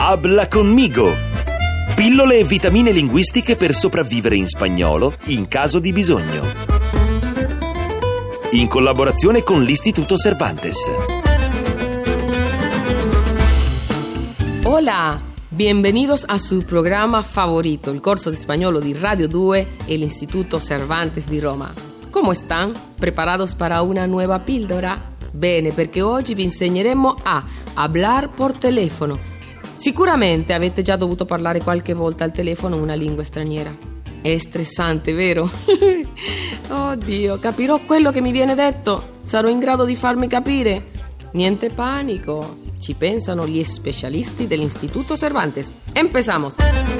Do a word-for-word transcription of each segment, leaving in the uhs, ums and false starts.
Habla conmigo! Pillole e vitamine linguistiche per sopravvivere in spagnolo in caso di bisogno. In collaborazione con l'Istituto Cervantes. Hola, bienvenidos a su programa favorito, il corso di spagnolo di Radio due e l'Istituto Cervantes di Roma. ¿Cómo están? ¿Preparados para una nueva píldora? Bene, perché oggi vi insegneremo a hablar por telefono. Sicuramente avete già dovuto parlare qualche volta al telefono una lingua straniera. È stressante, vero? Oddio, capirò quello che mi viene detto? Sarò in grado di farmi capire? Niente panico, ci pensano gli specialisti dell'Istituto Cervantes. Empezamos!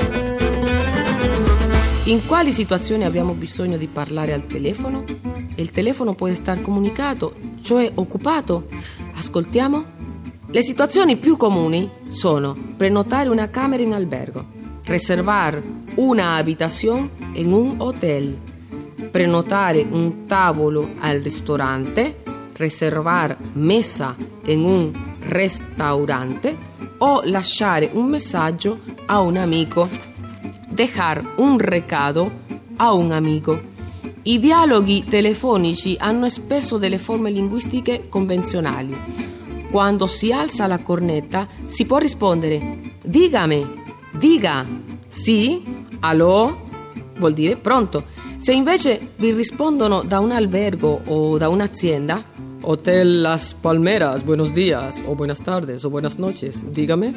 In quali situazioni abbiamo bisogno di parlare al telefono? Il telefono può essere comunicato, cioè occupato. Ascoltiamo? Le situazioni più comuni sono prenotare una camera in albergo, reservar una habitación en un hotel, prenotare un tavolo al ristorante, reservar mesa en un ristorante o lasciare un messaggio a un amico, dejar un recado a un amico. I dialoghi telefonici hanno spesso delle forme linguistiche convenzionali. Quando si alza la cornetta si può rispondere dígame, diga, sì, allo, vuol dire pronto. Se invece vi rispondono da un albergo o da un'azienda, Hotel Las Palmeras, buenos días, o buenas tardes, o buenas noches, dígame.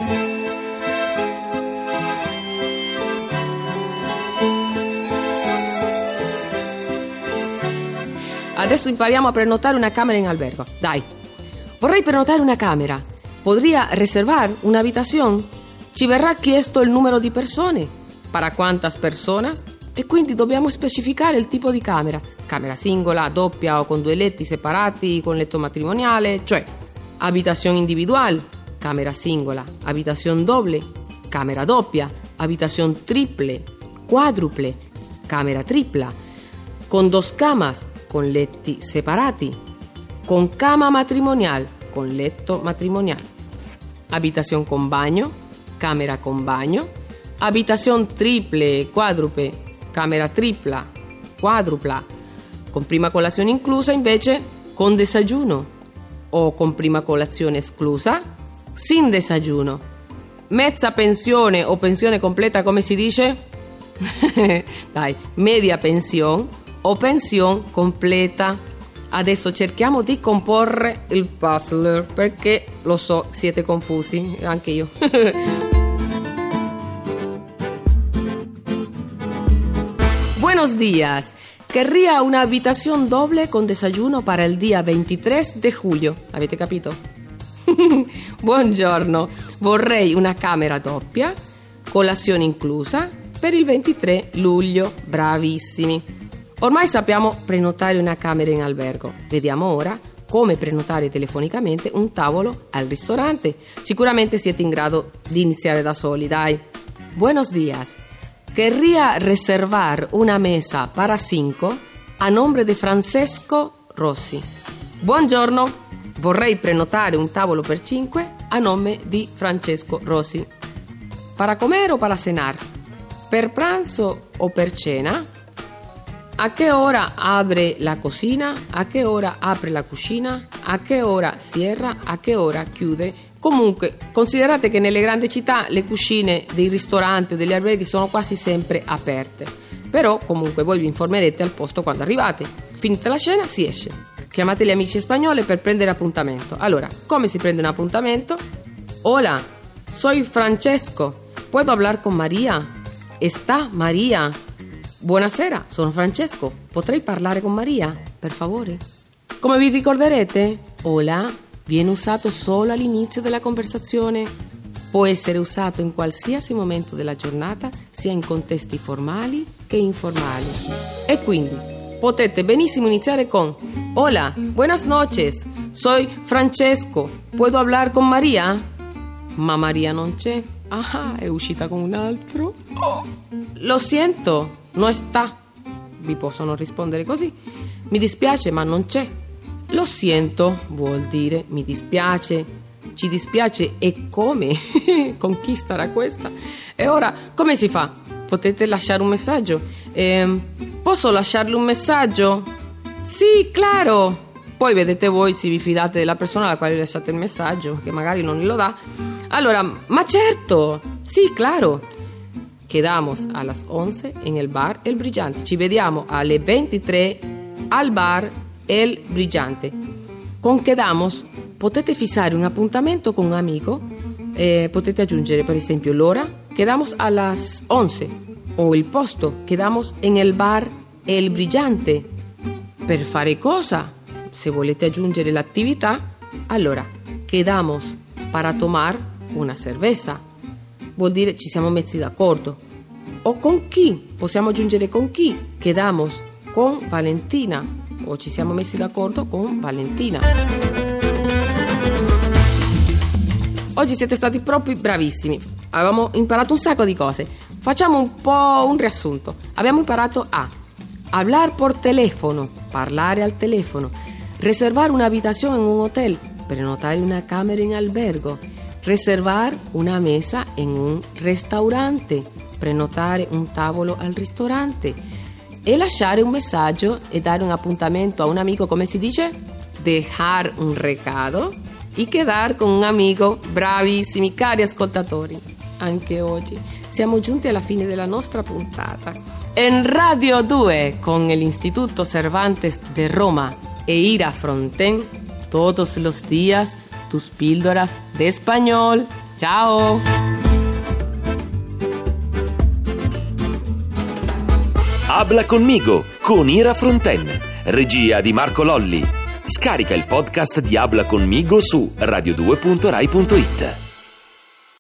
Adesso impariamo a prenotare una camera in albergo. Dai. Vorrei prenotare una camera. ¿Podría reservar una habitación? Ci verrà chiesto il numero di persone. ¿Para cuántas personas? E quindi dobbiamo specificare il tipo di camera. Camera singola, doppia o con due letti separati, con letto matrimoniale, cioè abitación individual, camera singola, abitación doble, camera doppia, abitación triple, quadruple, camera tripla, con dos camas, con letti separati, con cama matrimonial, con letto matrimonial, habitación con baño, camera con baño, habitación triple, quadruple, camera tripla, quadrupla, con prima colazione inclusa invece con desayuno, o con prima colazione esclusa, sin desayuno, mezza pensione o pensione completa, come si dice? Dai, media pensione o pensione completa. Adesso cerchiamo di comporre il puzzle, perché lo so, siete confusi, anche io. Buenos días. Querría una habitación doble con desayuno para el día ventitré de julio. Avete capito? Buongiorno. Vorrei una camera doppia, colazione inclusa, per il ventitré luglio. Bravissimi. Ormai sappiamo prenotare una camera in albergo. Vediamo ora come prenotare telefonicamente un tavolo al ristorante. Sicuramente siete in grado di iniziare da soli, dai. Buenos días. Querría reservar una mesa para cinco a nombre de Francesco Rossi. Buongiorno. Vorrei prenotare un tavolo per cinque a nome di Francesco Rossi. Para comer o para cenar? Per pranzo o per cena? A che ora apre la cocina? A che ora apre la cucina? A che ora cierra? A che ora chiude? Comunque, considerate che nelle grandi città le cucine dei ristoranti o degli alberghi sono quasi sempre aperte. Però, comunque, voi vi informerete al posto quando arrivate. Finita la cena, si esce. Chiamate gli amici spagnoli per prendere appuntamento. Allora, come si prende un appuntamento? Hola, soy Francesco. ¿Puedo hablar con María? ¿Está María? Buonasera, sono Francesco. Potrei parlare con Maria, per favore? Come vi ricorderete, hola viene usato solo all'inizio della conversazione. Può essere usato in qualsiasi momento della giornata, sia in contesti formali che informali. E quindi potete benissimo iniziare con hola, buenas noches, soy Francesco. ¿Puedo hablar con Maria? Ma Maria non c'è. Ah, è uscita con un altro. Oh, lo siento. No sta. Vi possono rispondere così. Mi dispiace, ma non c'è. Lo siento vuol dire mi dispiace. ci dispiace e come conquistarà questa. E ora come si fa? Potete lasciare un messaggio. Eh, posso lasciarle un messaggio? Sì, claro. Poi vedete voi se vi fidate della persona alla quale lasciate il messaggio, che magari non lo da. Allora, ma certo, sì, claro. Quedamos a las once en el bar El Brillante. Ci vediamo alle ventitré al bar El Brillante. Con quedamos potete fissare un appuntamento con un amico, eh, potete aggiungere per esempio l'ora, quedamos a las once, o il posto, quedamos en el bar El Brillante. Per fare cosa? Se volete aggiungere l'attività, allora quedamos para tomar una cerveza. Vuol dire ci siamo messi d'accordo. O con chi? Possiamo aggiungere con chi? Quedamos con Valentina. O ci siamo messi d'accordo con Valentina. Oggi siete stati proprio bravissimi. Avevamo imparato un sacco di cose. Facciamo un po' un riassunto. Abbiamo imparato a hablar por teléfono, parlare al telefono, reservar una habitación en un hotel, prenotare una camera in albergo, reservar una mesa en un ristorante, prenotare un tavolo al ristorante e lasciare un messaggio e dare un appuntamento a un amico, come si dice? Dejar un recado e quedar con un amico. Bravissimi, cari ascoltatori. Anche oggi siamo giunti alla fine della nostra puntata. En Radio due con el Instituto Cervantes de Roma e Ira Fronten, todos los días tus píldoras de español. Ciao! Habla conmigo con Ira Fronten, regia di Marco Lolli. Scarica il podcast di Habla conmigo su radio due punto rai punto it.